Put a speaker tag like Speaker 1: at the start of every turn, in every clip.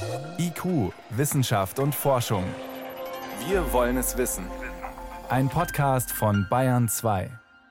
Speaker 1: IQ, Wissenschaft und Forschung. Wir wollen es wissen. Ein Podcast von Bayern 2.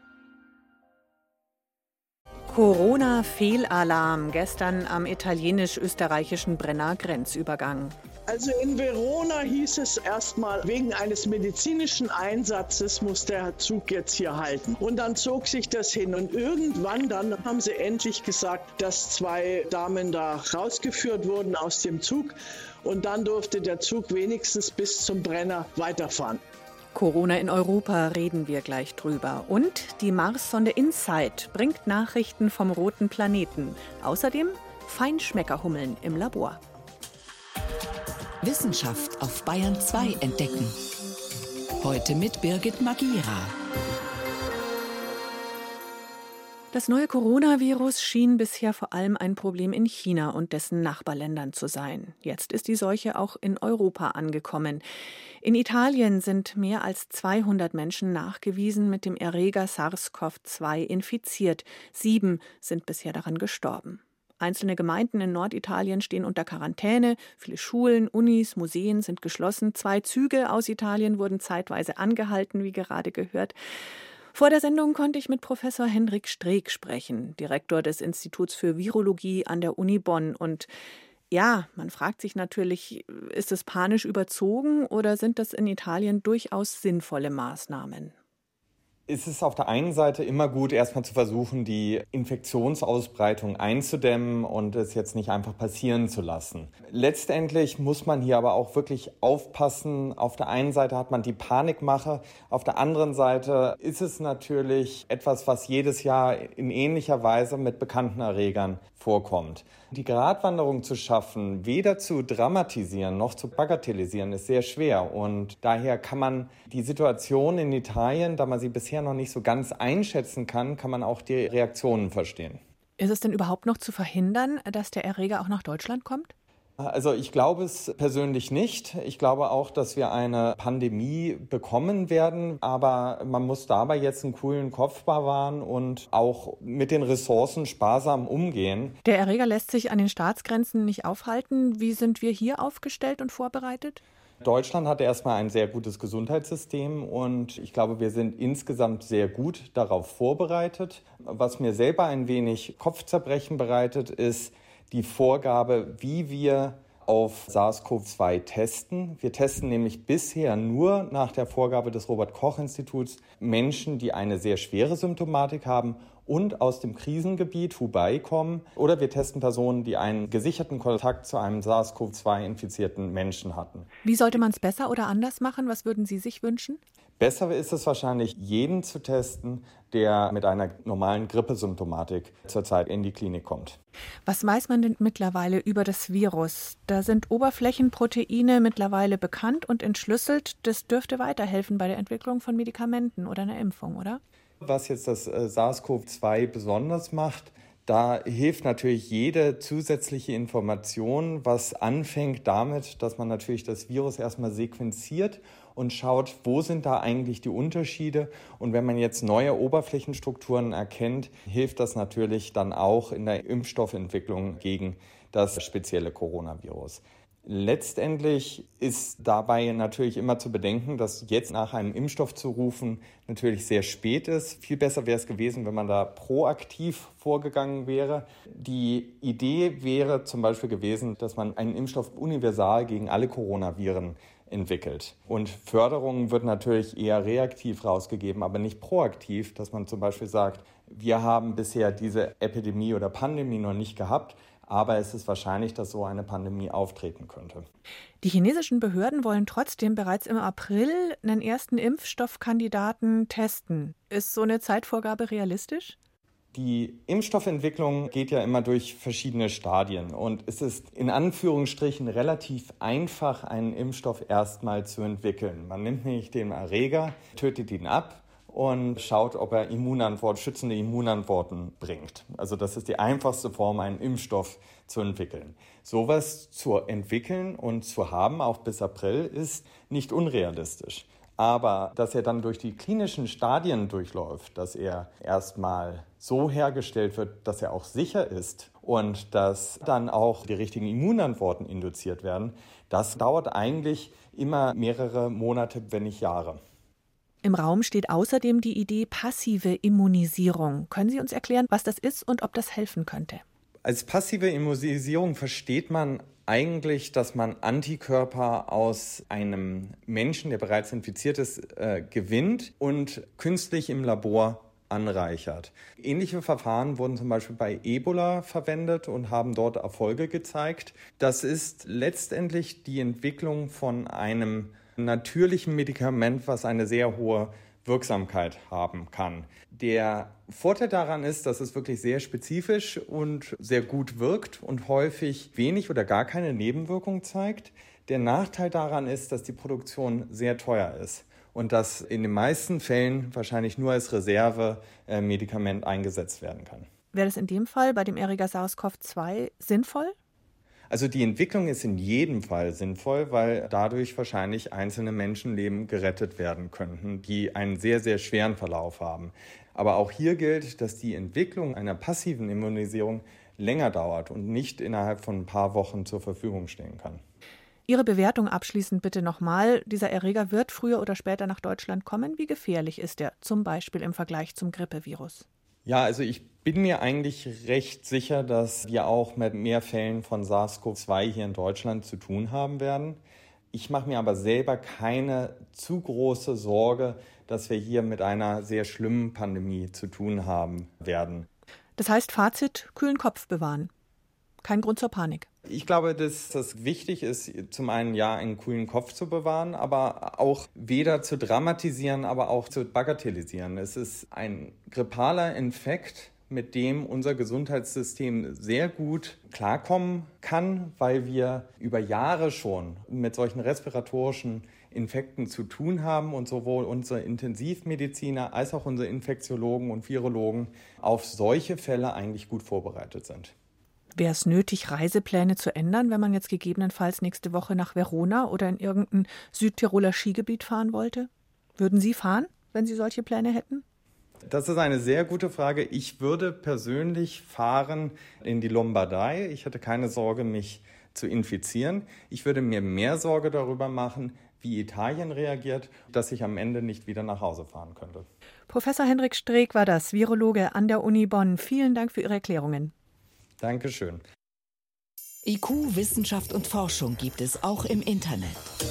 Speaker 2: Corona-Fehlalarm gestern am italienisch-österreichischen Brenner Grenzübergang.
Speaker 3: Also in Verona hieß es erstmal, wegen eines medizinischen Einsatzes muss der Zug jetzt hier halten. Und dann zog sich das hin. Und irgendwann dann haben sie endlich gesagt, dass 2 Damen da rausgeführt wurden aus dem Zug. Und dann durfte der Zug wenigstens bis zum Brenner weiterfahren.
Speaker 2: Corona in Europa, reden wir gleich drüber. Und die Mars-Sonde InSight bringt Nachrichten vom roten Planeten. Außerdem Feinschmeckerhummeln im Labor.
Speaker 4: Wissenschaft auf Bayern 2 entdecken. Heute mit Birgit Magira.
Speaker 2: Das neue Coronavirus schien bisher vor allem ein Problem in China und dessen Nachbarländern zu sein. Jetzt ist die Seuche auch in Europa angekommen. In Italien sind mehr als 200 Menschen nachgewiesen mit dem Erreger SARS-CoV-2 infiziert. 7 sind bisher daran gestorben. Einzelne Gemeinden in Norditalien stehen unter Quarantäne. Viele Schulen, Unis, Museen sind geschlossen. 2 Züge aus Italien wurden zeitweise angehalten, wie gerade gehört. Vor der Sendung konnte ich mit Professor Hendrik Streeck sprechen, Direktor des Instituts für Virologie an der Uni Bonn. Und ja, man fragt sich natürlich, ist es panisch überzogen oder sind das in Italien durchaus sinnvolle Maßnahmen?
Speaker 5: Es ist auf der einen Seite immer gut, erstmal zu versuchen, die Infektionsausbreitung einzudämmen und es jetzt nicht einfach passieren zu lassen. Letztendlich muss man hier aber auch wirklich aufpassen. Auf der einen Seite hat man die Panikmache, auf der anderen Seite ist es natürlich etwas, was jedes Jahr in ähnlicher Weise mit bekannten Erregern vorkommt. Die Gratwanderung zu schaffen, weder zu dramatisieren noch zu bagatellisieren, ist sehr schwer. Und daher kann man die Situation in Italien, da man sie bisher noch nicht so ganz einschätzen kann, kann man auch die Reaktionen verstehen.
Speaker 2: Ist es denn überhaupt noch zu verhindern, dass der Erreger auch nach Deutschland kommt?
Speaker 5: Also ich glaube es persönlich nicht. Ich glaube auch, dass wir eine Pandemie bekommen werden. Aber man muss dabei jetzt einen coolen Kopf bewahren und auch mit den Ressourcen sparsam umgehen.
Speaker 2: Der Erreger lässt sich an den Staatsgrenzen nicht aufhalten. Wie sind wir hier aufgestellt und vorbereitet?
Speaker 5: Deutschland hat erstmal ein sehr gutes Gesundheitssystem und ich glaube, wir sind insgesamt sehr gut darauf vorbereitet. Was mir selber ein wenig Kopfzerbrechen bereitet, ist die Vorgabe, wie wir auf SARS-CoV-2 testen. Wir testen nämlich bisher nur nach der Vorgabe des Robert-Koch-Instituts Menschen, die eine sehr schwere Symptomatik haben und aus dem Krisengebiet Hubei kommen. Oder wir testen Personen, die einen gesicherten Kontakt zu einem SARS-CoV-2-infizierten Menschen hatten.
Speaker 2: Wie sollte man es besser oder anders machen? Was würden Sie sich wünschen?
Speaker 5: Besser ist es wahrscheinlich, jeden zu testen, der mit einer normalen Grippesymptomatik zurzeit in die Klinik kommt.
Speaker 2: Was weiß man denn mittlerweile über das Virus? Da sind Oberflächenproteine mittlerweile bekannt und entschlüsselt. Das dürfte weiterhelfen bei der Entwicklung von Medikamenten oder einer Impfung, oder?
Speaker 5: Was jetzt das SARS-CoV-2 besonders macht, da hilft natürlich jede zusätzliche Information, was anfängt damit, dass man natürlich das Virus erstmal sequenziert und schaut, wo sind da eigentlich die Unterschiede. Und wenn man jetzt neue Oberflächenstrukturen erkennt, hilft das natürlich dann auch in der Impfstoffentwicklung gegen das spezielle Coronavirus. Letztendlich ist dabei natürlich immer zu bedenken, dass jetzt nach einem Impfstoff zu rufen natürlich sehr spät ist. Viel besser wäre es gewesen, wenn man da proaktiv vorgegangen wäre. Die Idee wäre zum Beispiel gewesen, dass man einen Impfstoff universal gegen alle Coronaviren entwickelt. Und Förderung wird natürlich eher reaktiv rausgegeben, aber nicht proaktiv, dass man zum Beispiel sagt, wir haben bisher diese Epidemie oder Pandemie noch nicht gehabt, aber es ist wahrscheinlich, dass so eine Pandemie auftreten könnte.
Speaker 2: Die chinesischen Behörden wollen trotzdem bereits im April einen ersten Impfstoffkandidaten testen. Ist so eine Zeitvorgabe realistisch?
Speaker 5: Die Impfstoffentwicklung geht ja immer durch verschiedene Stadien und es ist in Anführungsstrichen relativ einfach, einen Impfstoff erstmal zu entwickeln. Man nimmt nämlich den Erreger, tötet ihn ab und schaut, ob er schützende Immunantworten bringt. Also das ist die einfachste Form, einen Impfstoff zu entwickeln. Sowas zu entwickeln und zu haben, auch bis April, ist nicht unrealistisch. Aber dass er dann durch die klinischen Stadien durchläuft, dass er erstmal so hergestellt wird, dass er auch sicher ist und dass dann auch die richtigen Immunantworten induziert werden, das dauert eigentlich immer mehrere Monate, wenn nicht Jahre.
Speaker 2: Im Raum steht außerdem die Idee passive Immunisierung. Können Sie uns erklären, was das ist und ob das helfen könnte?
Speaker 5: Als passive Immunisierung versteht man eigentlich, dass man Antikörper aus einem Menschen, der bereits infiziert ist, gewinnt und künstlich im Labor anreichert. Ähnliche Verfahren wurden zum Beispiel bei Ebola verwendet und haben dort Erfolge gezeigt. Das ist letztendlich die Entwicklung von einem natürlichen Medikament, was eine sehr hohe Wirksamkeit haben kann. Der Vorteil daran ist, dass es wirklich sehr spezifisch und sehr gut wirkt und häufig wenig oder gar keine Nebenwirkungen zeigt. Der Nachteil daran ist, dass die Produktion sehr teuer ist und dass in den meisten Fällen wahrscheinlich nur als Reservemedikament eingesetzt werden kann.
Speaker 2: Wäre das in dem Fall bei dem Erreger SARS-CoV-2 sinnvoll?
Speaker 5: Also die Entwicklung ist in jedem Fall sinnvoll, weil dadurch wahrscheinlich einzelne Menschenleben gerettet werden könnten, die einen sehr, sehr schweren Verlauf haben. Aber auch hier gilt, dass die Entwicklung einer passiven Immunisierung länger dauert und nicht innerhalb von ein paar Wochen zur Verfügung stehen kann.
Speaker 2: Ihre Bewertung abschließend bitte nochmal. Dieser Erreger wird früher oder später nach Deutschland kommen. Wie gefährlich ist er zum Beispiel im Vergleich zum Grippevirus?
Speaker 5: Ja, also ich bin mir eigentlich recht sicher, dass wir auch mit mehr Fällen von SARS-CoV-2 hier in Deutschland zu tun haben werden. Ich mache mir aber selber keine zu große Sorge, dass wir hier mit einer sehr schlimmen Pandemie zu tun haben werden.
Speaker 2: Das heißt, Fazit, kühlen Kopf bewahren. Kein Grund zur Panik.
Speaker 5: Ich glaube, dass das wichtig ist, zum einen ja einen kühlen Kopf zu bewahren, aber auch weder zu dramatisieren, aber auch zu bagatellisieren. Es ist ein grippaler Infekt, mit dem unser Gesundheitssystem sehr gut klarkommen kann, weil wir über Jahre schon mit solchen respiratorischen Infekten zu tun haben und sowohl unsere Intensivmediziner als auch unsere Infektiologen und Virologen auf solche Fälle eigentlich gut vorbereitet sind.
Speaker 2: Wäre es nötig, Reisepläne zu ändern, wenn man jetzt gegebenenfalls nächste Woche nach Verona oder in irgendein Südtiroler Skigebiet fahren wollte? Würden Sie fahren, wenn Sie solche Pläne hätten?
Speaker 5: Das ist eine sehr gute Frage. Ich würde persönlich fahren in die Lombardei. Ich hätte keine Sorge, mich zu infizieren. Ich würde mir mehr Sorge darüber machen, wie Italien reagiert, dass ich am Ende nicht wieder nach Hause fahren könnte.
Speaker 2: Professor Hendrik Streeck war das, Virologe an der Uni Bonn. Vielen Dank für Ihre Erklärungen.
Speaker 5: Dankeschön.
Speaker 4: IQ, Wissenschaft und Forschung gibt es auch im Internet.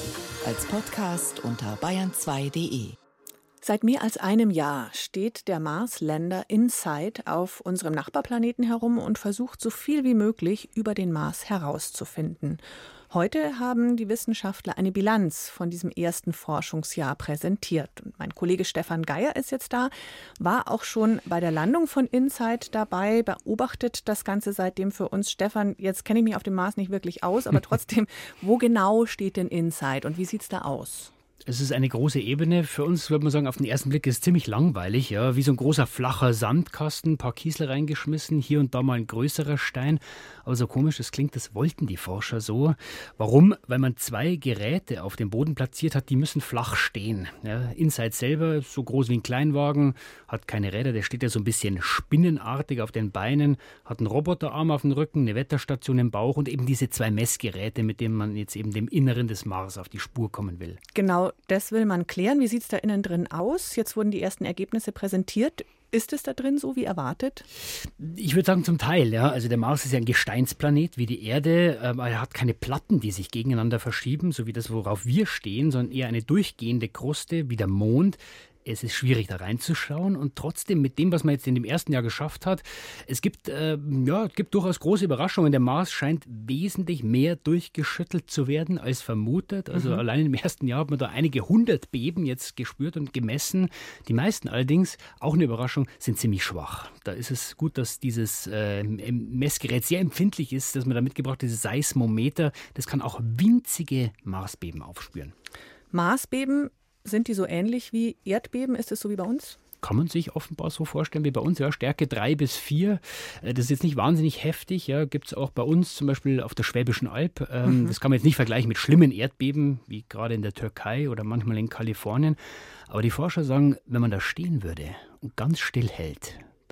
Speaker 4: Als Podcast unter bayern2.de.
Speaker 2: Seit mehr als einem Jahr steht der Mars-Lander InSight auf unserem Nachbarplaneten herum und versucht, so viel wie möglich über den Mars herauszufinden. Heute haben die Wissenschaftler eine Bilanz von diesem ersten Forschungsjahr präsentiert. Und mein Kollege Stefan Geier ist jetzt da, war auch schon bei der Landung von InSight dabei, beobachtet das Ganze seitdem für uns. Stefan, jetzt kenne ich mich auf dem Mars nicht wirklich aus, aber trotzdem, wo genau steht denn InSight und wie sieht es da aus?
Speaker 6: Es ist eine große Ebene. Für uns würde man sagen, auf den ersten Blick ist es ziemlich langweilig. Ja, wie so ein großer flacher Sandkasten, ein paar Kiesel reingeschmissen, hier und da mal ein größerer Stein. Aber so komisch es klingt, das wollten die Forscher so. Warum? Weil man 2 Geräte auf dem Boden platziert hat, die müssen flach stehen. Ja, InSight selber, so groß wie ein Kleinwagen, hat keine Räder, der steht ja so ein bisschen spinnenartig auf den Beinen, hat einen Roboterarm auf dem Rücken, eine Wetterstation im Bauch und eben diese 2 Messgeräte, mit denen man jetzt eben dem Inneren des Mars auf die Spur kommen will.
Speaker 2: Genau, das will man klären. Wie sieht es da innen drin aus? Jetzt wurden die ersten Ergebnisse präsentiert. Ist es da drin so wie erwartet?
Speaker 6: Ich würde sagen zum Teil, ja. Also der Mars ist ja ein Gesteinsplanet wie die Erde, aber er hat keine Platten, die sich gegeneinander verschieben, so wie das, worauf wir stehen, sondern eher eine durchgehende Kruste wie der Mond. Es ist schwierig, da reinzuschauen und trotzdem mit dem, was man jetzt in dem ersten Jahr geschafft hat, es gibt durchaus große Überraschungen. Der Mars scheint wesentlich mehr durchgeschüttelt zu werden als vermutet. Also allein im ersten Jahr hat man da einige 100 Beben jetzt gespürt und gemessen. Die meisten allerdings, auch eine Überraschung, sind ziemlich schwach. Da ist es gut, dass dieses Messgerät sehr empfindlich ist, das man da mitgebracht hat, dieses Seismometer. Das kann auch winzige Marsbeben aufspüren.
Speaker 2: Marsbeben, sind die so ähnlich wie Erdbeben? Ist es so wie bei uns?
Speaker 6: Kann man sich offenbar so vorstellen wie bei uns, ja, Stärke 3 bis 4. Das ist jetzt nicht wahnsinnig heftig, ja, gibt es auch bei uns zum Beispiel auf der Schwäbischen Alb. Das kann man jetzt nicht vergleichen mit schlimmen Erdbeben, wie gerade in der Türkei oder manchmal in Kalifornien. Aber die Forscher sagen, wenn man da stehen würde und ganz still hält, dann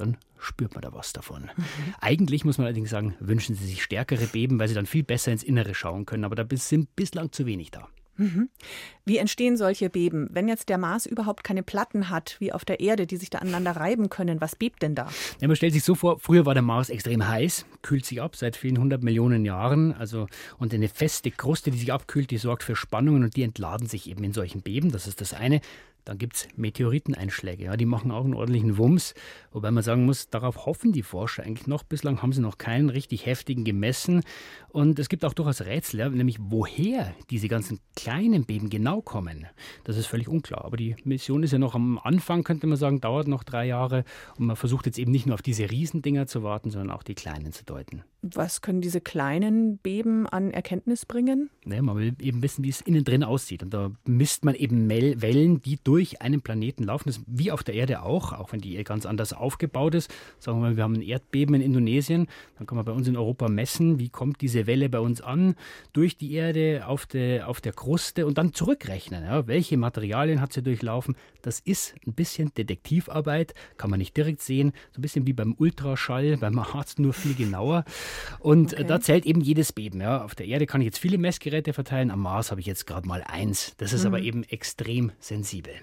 Speaker 6: spürt man da was davon. Eigentlich muss man allerdings sagen, wünschen sie sich stärkere Beben, weil sie dann viel besser ins Innere schauen können. Aber da sind bislang zu wenig da.
Speaker 2: Wie entstehen solche Beben? Wenn jetzt der Mars überhaupt keine Platten hat, wie auf der Erde, die sich da aneinander reiben können, was bebt denn da?
Speaker 6: Ja, man stellt sich so vor, früher war der Mars extrem heiß, kühlt sich ab seit vielen 100 Millionen Jahren. Und eine feste Kruste, die sich abkühlt, die sorgt für Spannungen und die entladen sich eben in solchen Beben. Das ist das eine. Dann gibt es Meteoriteneinschläge, ja, die machen auch einen ordentlichen Wumms. Wobei man sagen muss, darauf hoffen die Forscher eigentlich noch. Bislang haben sie noch keinen richtig heftigen gemessen. Und es gibt auch durchaus Rätsel, ja, nämlich woher diese ganzen kleinen Beben genau kommen. Das ist völlig unklar. Aber die Mission ist ja noch am Anfang, könnte man sagen, dauert noch 3 Jahre. Und man versucht jetzt eben nicht nur auf diese Riesendinger zu warten, sondern auch die kleinen zu deuten.
Speaker 2: Was können diese kleinen Beben an Erkenntnis bringen?
Speaker 6: Naja, man will eben wissen, wie es innen drin aussieht. Und da misst man eben Wellen, die durch einen Planeten laufen. Das ist wie auf der Erde auch wenn die ganz anders aufgebaut ist. Sagen wir mal, wir haben ein Erdbeben in Indonesien. Dann kann man bei uns in Europa messen, wie kommt diese Welle bei uns an, durch die Erde, auf der Kruste und dann zurückrechnen. Ja, welche Materialien hat sie durchlaufen? Das ist ein bisschen Detektivarbeit, kann man nicht direkt sehen. So ein bisschen wie beim Ultraschall, beim Arzt, nur viel genauer. Und da zählt eben jedes Beben. Ja. Auf der Erde kann ich jetzt viele Messgeräte verteilen, am Mars habe ich jetzt gerade mal 1. Das ist aber eben extrem sensibel.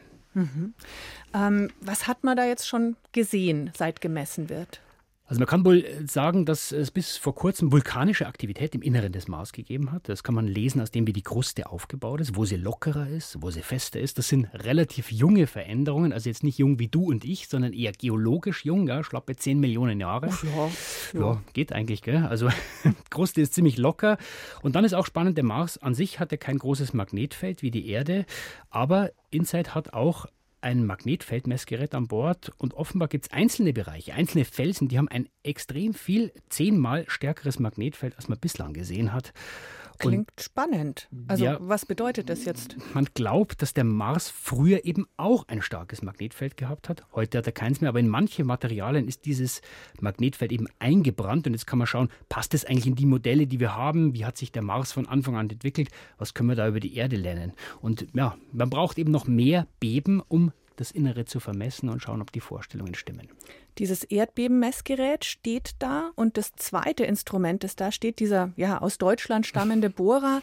Speaker 2: Was hat man da jetzt schon gesehen, seit gemessen wird?
Speaker 6: Also man kann wohl sagen, dass es bis vor kurzem vulkanische Aktivität im Inneren des Mars gegeben hat. Das kann man lesen aus dem, wie die Kruste aufgebaut ist, wo sie lockerer ist, wo sie fester ist. Das sind relativ junge Veränderungen, also jetzt nicht jung wie du und ich, sondern eher geologisch jung, ja, schlappe 10 Millionen Jahre. Ja, geht eigentlich, gell? Also Kruste ist ziemlich locker. Und dann ist auch spannend, der Mars an sich hat ja kein großes Magnetfeld wie die Erde, aber InSight hat auch ein Magnetfeldmessgerät an Bord und offenbar gibt es einzelne Bereiche, einzelne Felsen, die haben ein extrem viel, 10-mal stärkeres Magnetfeld, als man bislang gesehen hat.
Speaker 2: Klingt spannend. Also was bedeutet das jetzt?
Speaker 6: Man glaubt, dass der Mars früher eben auch ein starkes Magnetfeld gehabt hat. Heute hat er keins mehr, aber in manche Materialien ist dieses Magnetfeld eben eingebrannt. Und jetzt kann man schauen, passt das eigentlich in die Modelle, die wir haben? Wie hat sich der Mars von Anfang an entwickelt? Was können wir da über die Erde lernen? Und ja, man braucht eben noch mehr Beben, um das Innere zu vermessen und schauen, ob die Vorstellungen stimmen.
Speaker 2: Dieses Erdbebenmessgerät steht da und das zweite Instrument, das da steht, dieser aus Deutschland stammende Bohrer,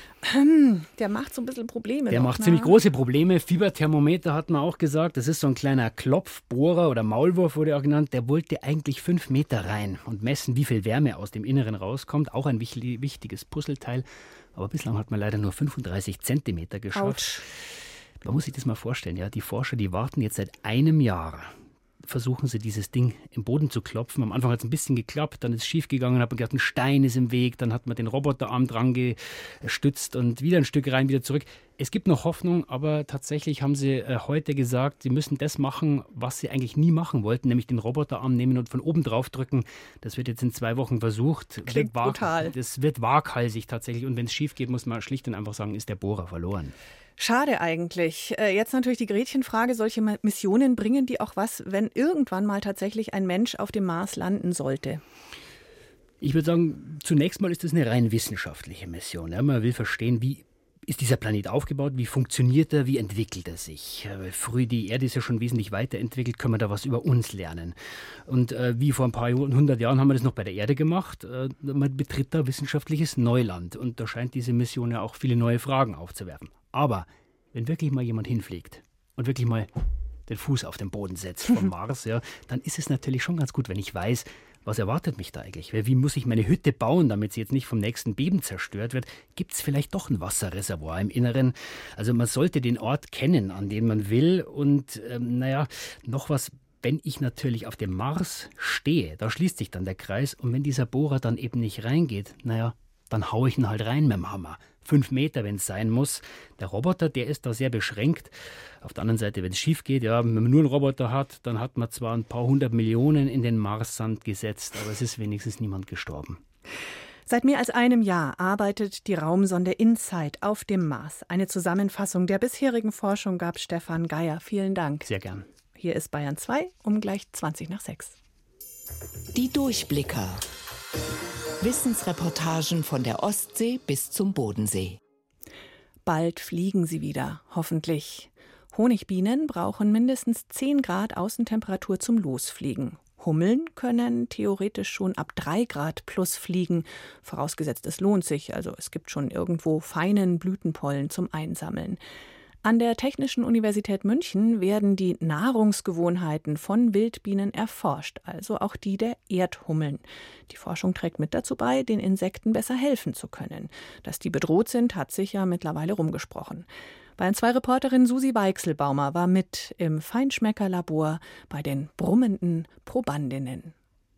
Speaker 2: der macht so ein bisschen Probleme.
Speaker 6: Der macht ziemlich große Probleme. Fieberthermometer hat man auch gesagt. Das ist so ein kleiner Klopfbohrer oder Maulwurf wurde auch genannt. Der wollte eigentlich 5 Meter rein und messen, wie viel Wärme aus dem Inneren rauskommt. Auch ein wichtiges Puzzleteil. Aber bislang hat man leider nur 35 Zentimeter geschafft.
Speaker 2: Autsch.
Speaker 6: Man muss sich das mal vorstellen, ja, die Forscher, die warten jetzt seit einem Jahr, versuchen sie dieses Ding im Boden zu klopfen. Am Anfang hat es ein bisschen geklappt, dann ist es schief gegangen, hat man gedacht, ein Stein ist im Weg, dann hat man den Roboterarm dran gestützt und wieder ein Stück rein, wieder zurück. Es gibt noch Hoffnung, aber tatsächlich haben sie heute gesagt, sie müssen das machen, was sie eigentlich nie machen wollten, nämlich den Roboterarm nehmen und von oben drauf drücken. Das wird jetzt in 2 Wochen versucht.
Speaker 2: Klingt brutal.
Speaker 6: Das wird waghalsig tatsächlich und wenn es schief geht, muss man schlicht und einfach sagen, ist der Bohrer verloren.
Speaker 2: Schade eigentlich. Jetzt natürlich die Gretchenfrage, solche Missionen bringen die auch was, wenn irgendwann mal tatsächlich ein Mensch auf dem Mars landen sollte?
Speaker 6: Ich würde sagen, zunächst mal ist das eine rein wissenschaftliche Mission. Ja, man will verstehen, wie ist dieser Planet aufgebaut, wie funktioniert er, wie entwickelt er sich. Früh, die Erde ist ja schon wesentlich weiterentwickelt, können wir da was über uns lernen. Und wie vor ein paar 100 Jahren haben wir das noch bei der Erde gemacht. Man betritt da wissenschaftliches Neuland und da scheint diese Mission ja auch viele neue Fragen aufzuwerfen. Aber wenn wirklich mal jemand hinfliegt und wirklich mal den Fuß auf den Boden setzt vom Mars, ja, dann ist es natürlich schon ganz gut, wenn ich weiß, was erwartet mich da eigentlich? Wie muss ich meine Hütte bauen, damit sie jetzt nicht vom nächsten Beben zerstört wird? Gibt es vielleicht doch ein Wasserreservoir im Inneren? Also man sollte den Ort kennen, an den man will. Und noch was, wenn ich natürlich auf dem Mars stehe, da schließt sich dann der Kreis. Und wenn dieser Bohrer dann eben nicht reingeht, dann haue ich ihn halt rein mit dem Hammer. 5 Meter, wenn es sein muss. Der Roboter, der ist da sehr beschränkt. Auf der anderen Seite, wenn es schief geht, wenn man nur einen Roboter hat, dann hat man zwar ein paar 100 Millionen in den Marssand gesetzt, aber es ist wenigstens niemand gestorben.
Speaker 2: Seit mehr als einem Jahr arbeitet die Raumsonde InSight auf dem Mars. Eine Zusammenfassung der bisherigen Forschung gab Stefan Geier. Vielen Dank.
Speaker 6: Sehr gern.
Speaker 2: Hier ist Bayern 2 um gleich 20:06.
Speaker 4: Die Durchblicker. Wissensreportagen von der Ostsee bis zum Bodensee.
Speaker 2: Bald fliegen sie wieder, hoffentlich. Honigbienen brauchen mindestens 10 Grad Außentemperatur zum Losfliegen. Hummeln können theoretisch schon ab 3 Grad plus fliegen, vorausgesetzt es lohnt sich, also es gibt schon irgendwo feinen Blütenpollen zum Einsammeln. An der Technischen Universität München werden die Nahrungsgewohnheiten von Wildbienen erforscht, also auch die der Erdhummeln. Die Forschung trägt mit dazu bei, den Insekten besser helfen zu können. Dass die bedroht sind, hat sich ja mittlerweile rumgesprochen. Bayern 2 Reporterin Susi Weichselbaumer war mit im Feinschmeckerlabor bei den brummenden Probandinnen.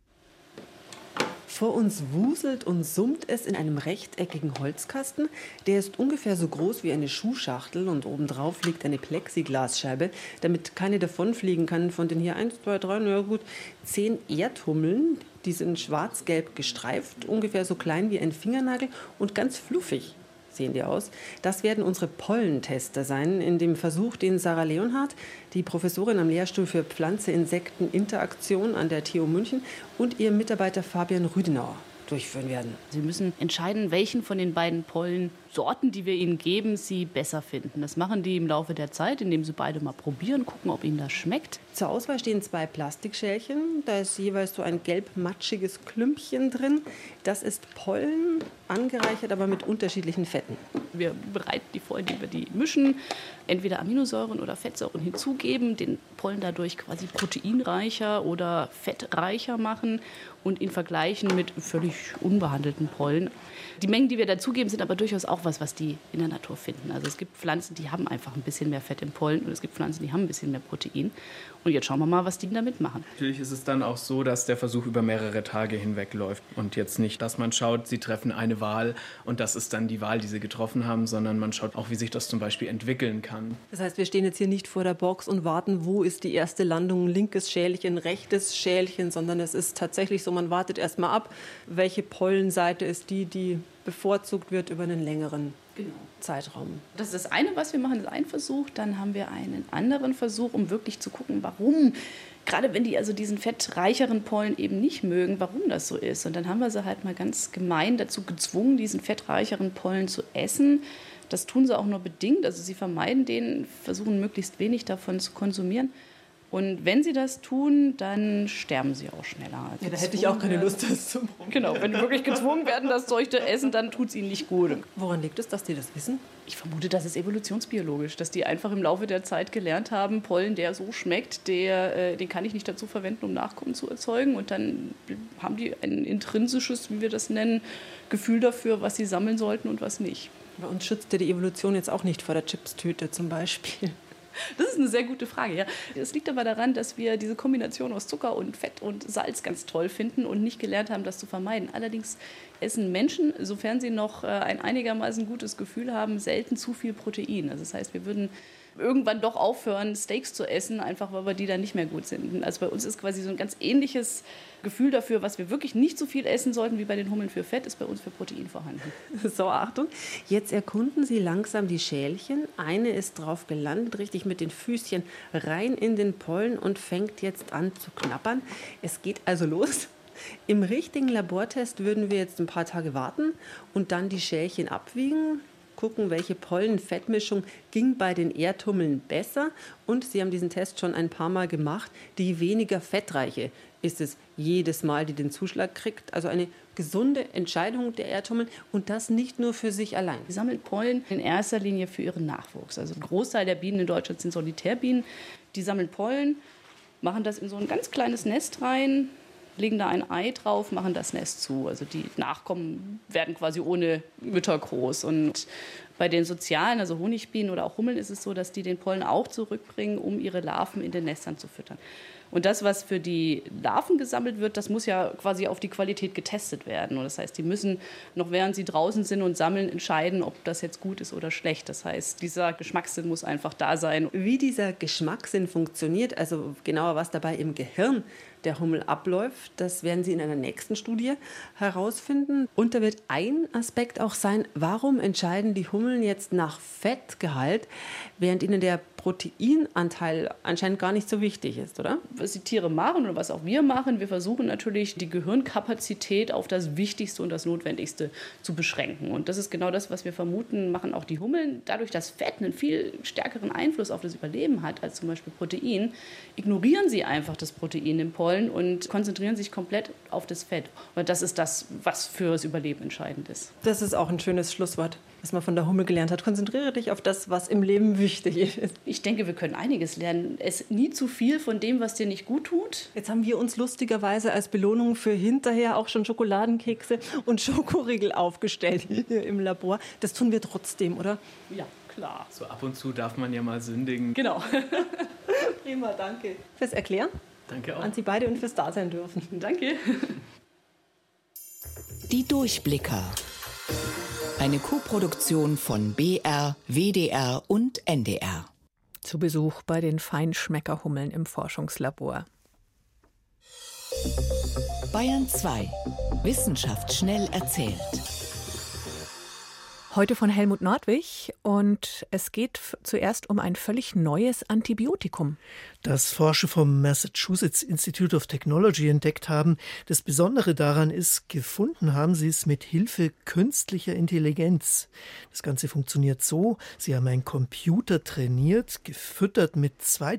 Speaker 7: Vor uns wuselt und summt es in einem rechteckigen Holzkasten. Der ist ungefähr so groß wie eine Schuhschachtel und obendrauf liegt eine Plexiglasscheibe, damit keine davonfliegen kann. Von den hier 1, 2, 3, 10 Erdhummeln. Die sind schwarz-gelb gestreift, ungefähr so klein wie ein Fingernagel und ganz fluffig sehen die aus. Das werden unsere Pollentester sein in dem Versuch, den Sarah Leonhardt, die Professorin am Lehrstuhl für Pflanze-Insekten-Interaktion an der TU München, und ihr Mitarbeiter Fabian Rüdenauer durchführen werden.
Speaker 8: Sie müssen entscheiden, welchen von den beiden Pollensorten, die wir ihnen geben, sie besser finden. Das machen die im Laufe der Zeit, indem sie beide mal probieren, gucken, ob ihnen das schmeckt.
Speaker 7: Zur Auswahl stehen 2 Plastikschälchen. Da ist jeweils so ein gelb-matschiges Klümpchen drin. Das ist Pollen, angereichert, aber mit unterschiedlichen Fetten.
Speaker 8: Wir bereiten die vor, indem wir die mischen, entweder Aminosäuren oder Fettsäuren hinzugeben, den Pollen dadurch quasi proteinreicher oder fettreicher machen und ihn vergleichen mit völlig unbehandelten Pollen. Die Mengen, die wir dazugeben, sind aber durchaus auch was die in der Natur finden. Also es gibt Pflanzen, die haben einfach ein bisschen mehr Fett im Pollen und es gibt Pflanzen, die haben ein bisschen mehr Protein. Und jetzt schauen wir mal, was die damit machen.
Speaker 9: Natürlich ist es dann auch so, dass der Versuch über mehrere Tage hinweg läuft und jetzt nicht, dass man schaut, sie treffen eine Wahl und das ist dann die Wahl, die sie getroffen haben, sondern man schaut auch, wie sich das zum Beispiel entwickeln kann.
Speaker 7: Das heißt, wir stehen jetzt hier nicht vor der Box und warten, wo ist die erste Landung, linkes Schälchen, rechtes Schälchen, sondern es ist tatsächlich so, man wartet erst mal ab, welche Pollenseite ist die bevorzugt wird über einen längeren Zeitraum.
Speaker 8: Das ist das eine, was wir machen, das ist ein Versuch. Dann haben wir einen anderen Versuch, um wirklich zu gucken, warum, gerade wenn die also diesen fettreicheren Pollen eben nicht mögen, warum das so ist. Und dann haben wir sie halt mal ganz gemein dazu gezwungen, diesen fettreicheren Pollen zu essen. Das tun sie auch nur bedingt, also sie vermeiden den, versuchen möglichst wenig davon zu konsumieren. Und wenn sie das tun, dann sterben sie auch schneller. Also
Speaker 7: ja, da hätte ich auch keine Lust, das zu machen.
Speaker 8: Genau, wenn die wirklich gezwungen werden, das Zeug zu essen, dann tut es ihnen nicht gut.
Speaker 7: Woran liegt es, dass die das wissen?
Speaker 8: Ich vermute, das ist evolutionsbiologisch, dass die einfach im Laufe der Zeit gelernt haben, Pollen, der so schmeckt, den kann ich nicht dazu verwenden, um Nachkommen zu erzeugen. Und dann haben die ein intrinsisches, wie wir das nennen, Gefühl dafür, was sie sammeln sollten und was nicht.
Speaker 7: Bei uns schützt ja die Evolution jetzt auch nicht vor der Chipstüte zum Beispiel.
Speaker 8: Das ist eine sehr gute Frage, ja. Es liegt aber daran, dass wir diese Kombination aus Zucker und Fett und Salz ganz toll finden und nicht gelernt haben, das zu vermeiden. Allerdings essen Menschen, sofern sie noch ein einigermaßen gutes Gefühl haben, selten zu viel Protein. Also das heißt, wir würden irgendwann doch aufhören, Steaks zu essen, einfach weil wir die dann nicht mehr gut sind. Also bei uns ist quasi so ein ganz ähnliches Gefühl dafür, was wir wirklich nicht so viel essen sollten wie bei den Hummeln für Fett, ist bei uns für Protein vorhanden.
Speaker 7: So, Achtung, jetzt erkunden Sie langsam die Schälchen. Eine ist drauf gelandet, richtig mit den Füßchen rein in den Pollen und fängt jetzt an zu knabbern. Es geht also los. Im richtigen Labortest würden wir jetzt ein paar Tage warten und dann die Schälchen abwiegen, gucken, welche Pollen-Fettmischung ging bei den Erdhummeln besser. Und Sie haben diesen Test schon ein paar Mal gemacht. Die weniger fettreiche ist es jedes Mal, die den Zuschlag kriegt. Also eine gesunde Entscheidung der Erdhummel und das nicht nur für sich allein.
Speaker 8: Sie sammeln Pollen in erster Linie für ihren Nachwuchs. Also ein Großteil der Bienen in Deutschland sind Solitärbienen. Die sammeln Pollen, machen das in so ein ganz kleines Nest rein, legen da ein Ei drauf, machen das Nest zu. Also die Nachkommen werden quasi ohne Mütter groß. Und bei den sozialen, also Honigbienen oder auch Hummeln, ist es so, dass die den Pollen auch zurückbringen, um ihre Larven in den Nestern zu füttern. Und das, was für die Larven gesammelt wird, das muss ja quasi auf die Qualität getestet werden. Und das heißt, die müssen noch während sie draußen sind und sammeln, entscheiden, ob das jetzt gut ist oder schlecht. Das heißt, dieser Geschmackssinn muss einfach da sein.
Speaker 7: Wie dieser Geschmackssinn funktioniert, also genauer was dabei im Gehirn der Hummel abläuft, das werden Sie in einer nächsten Studie herausfinden. Und da wird ein Aspekt auch sein, warum entscheiden die Hummeln jetzt nach Fettgehalt, während ihnen der Proteinanteil anscheinend gar nicht so wichtig ist, oder?
Speaker 8: Was die Tiere machen oder was auch wir machen, wir versuchen natürlich, die Gehirnkapazität auf das Wichtigste und das Notwendigste zu beschränken. Und das ist genau das, was wir vermuten, machen auch die Hummeln. Dadurch, dass Fett einen viel stärkeren Einfluss auf das Überleben hat als zum Beispiel Protein, ignorieren sie einfach das Protein im Pollen wollen und konzentrieren sich komplett auf das Fett. Und das ist das, was für das Überleben entscheidend ist.
Speaker 10: Das ist auch ein schönes Schlusswort, was man von der Hummel gelernt hat. Konzentriere dich auf das, was im Leben wichtig ist.
Speaker 8: Ich denke, wir können einiges lernen. Es nie zu viel von dem, was dir nicht gut tut.
Speaker 10: Jetzt haben wir uns lustigerweise als Belohnung für hinterher auch schon Schokoladenkekse und Schokoriegel aufgestellt hier im Labor. Das tun wir trotzdem, oder?
Speaker 8: Ja, klar.
Speaker 9: So ab und zu darf man ja mal sündigen.
Speaker 8: Genau.
Speaker 10: Prima, danke. Fürs Erklären.
Speaker 9: Danke auch.
Speaker 10: An Sie beide und fürs Dasein dürfen.
Speaker 8: Danke.
Speaker 4: Die Durchblicker. Eine Co-Produktion von BR, WDR und NDR.
Speaker 2: Zu Besuch bei den Feinschmeckerhummeln im Forschungslabor.
Speaker 4: Bayern 2. Wissenschaft schnell erzählt.
Speaker 2: Heute von Helmut Nordwig und es geht zuerst um ein völlig neues Antibiotikum.
Speaker 11: Das Forscher vom Massachusetts Institute of Technology entdeckt haben. Das Besondere daran ist, gefunden haben sie es mit Hilfe künstlicher Intelligenz. Das Ganze funktioniert so, sie haben einen Computer trainiert, gefüttert mit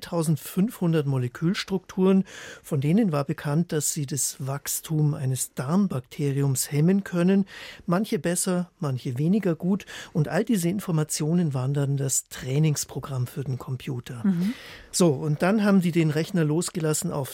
Speaker 11: 2500 Molekülstrukturen. Von denen war bekannt, dass sie das Wachstum eines Darmbakteriums hemmen können. Manche besser, manche weniger gut. Und all diese Informationen waren dann das Trainingsprogramm für den Computer. So, und dann haben die den Rechner losgelassen auf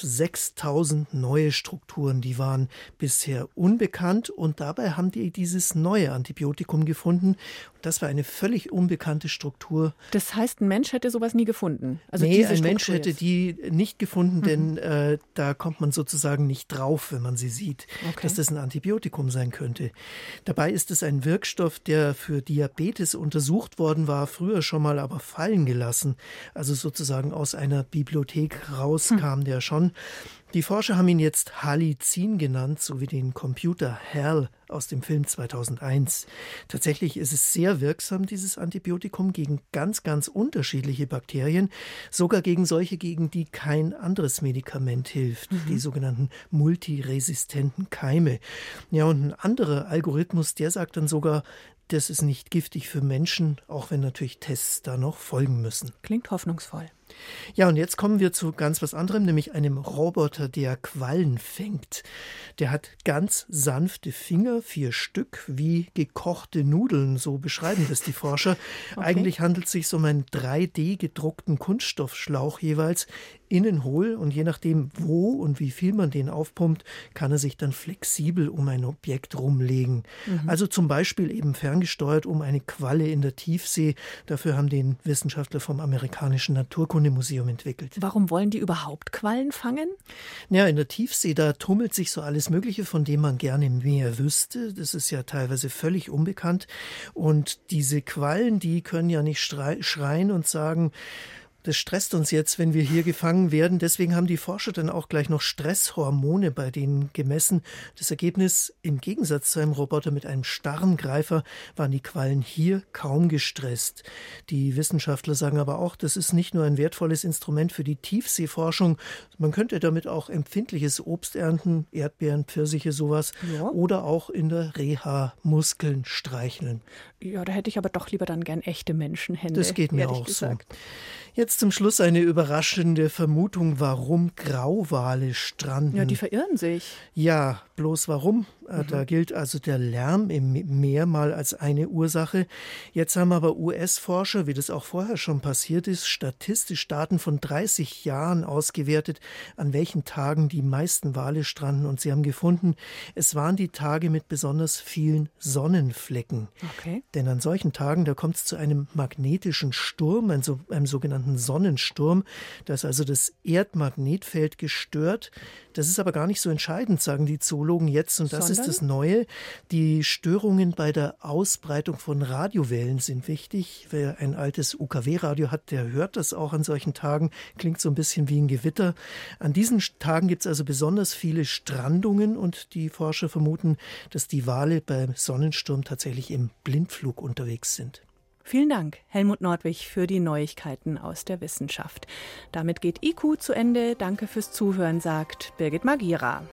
Speaker 11: 6000 neue Strukturen. Die waren bisher unbekannt und dabei haben die dieses neue Antibiotikum gefunden. Das war eine völlig unbekannte Struktur.
Speaker 2: Das heißt, ein Mensch hätte sowas nie gefunden?
Speaker 11: Also nee, ein Mensch hätte die nicht gefunden, denn da kommt man sozusagen nicht drauf, wenn man sie sieht, dass das ein Antibiotikum sein könnte. Dabei ist es ein Wirkstoff, der für Diabetes untersucht worden war, früher schon mal aber fallen gelassen. Also sozusagen aus einer Bibliothek rauskam der schon. Die Forscher haben ihn jetzt Halicin genannt, so wie den Computer HAL aus dem Film 2001. Tatsächlich ist es sehr wirksam, dieses Antibiotikum, gegen ganz, ganz unterschiedliche Bakterien, sogar gegen solche, gegen die kein anderes Medikament hilft, die sogenannten multiresistenten Keime. Ja, und ein anderer Algorithmus, der sagt dann sogar, das ist nicht giftig für Menschen, auch wenn natürlich Tests da noch folgen müssen.
Speaker 2: Klingt hoffnungsvoll.
Speaker 11: Ja, und jetzt kommen wir zu ganz was anderem, nämlich einem Roboter, der Quallen fängt. Der hat ganz sanfte Finger, 4 Stück, wie gekochte Nudeln, so beschreiben das die Forscher. Eigentlich handelt es sich um einen 3D-gedruckten Kunststoffschlauch jeweils, innen hohl, und je nachdem, wo und wie viel man den aufpumpt, kann er sich dann flexibel um ein Objekt rumlegen. Also zum Beispiel eben ferngesteuert um eine Qualle in der Tiefsee. Dafür haben den Wissenschaftler vom amerikanischen Naturkundemuseum entwickelt.
Speaker 2: Warum wollen die überhaupt Quallen fangen?
Speaker 11: Ja, in der Tiefsee, da tummelt sich so alles Mögliche, von dem man gerne mehr wüsste. Das ist ja teilweise völlig unbekannt. Und diese Quallen, die können ja nicht schreien und sagen, das stresst uns jetzt, wenn wir hier gefangen werden. Deswegen haben die Forscher dann auch gleich noch Stresshormone bei denen gemessen. Das Ergebnis, im Gegensatz zu einem Roboter mit einem starren Greifer, waren die Quallen hier kaum gestresst. Die Wissenschaftler sagen aber auch, das ist nicht nur ein wertvolles Instrument für die Tiefseeforschung. Man könnte damit auch empfindliches Obst ernten, Erdbeeren, Pfirsiche, sowas. Ja. Oder auch in der Reha Muskeln streicheln.
Speaker 2: Ja, da hätte ich aber doch lieber dann gern echte Menschenhände.
Speaker 11: Das geht mir auch so. Jetzt zum Schluss eine überraschende Vermutung, warum Grauwale stranden.
Speaker 2: Ja, die verirren sich.
Speaker 11: Ja, bloß warum? Da gilt also der Lärm im Meer mal als eine Ursache. Jetzt haben aber US-Forscher, wie das auch vorher schon passiert ist, statistisch Daten von 30 Jahren ausgewertet, an welchen Tagen die meisten Wale stranden. Und sie haben gefunden, es waren die Tage mit besonders vielen Sonnenflecken.
Speaker 2: Okay.
Speaker 11: Denn an solchen Tagen, da kommt es zu einem magnetischen Sturm, einem sogenannten Sonnensturm. Da ist also das Erdmagnetfeld gestört. Das ist aber gar nicht so entscheidend, sagen die Zoologen jetzt. Und das ist das Neue. Die Störungen bei der Ausbreitung von Radiowellen sind wichtig. Wer ein altes UKW-Radio hat, der hört das auch an solchen Tagen. Klingt so ein bisschen wie ein Gewitter. An diesen Tagen gibt es also besonders viele Strandungen. Und die Forscher vermuten, dass die Wale beim Sonnensturm tatsächlich im Blindflug unterwegs sind.
Speaker 2: Vielen Dank, Helmut Nordwig, für die Neuigkeiten aus der Wissenschaft. Damit geht IQ zu Ende. Danke fürs Zuhören, sagt Birgit Magira.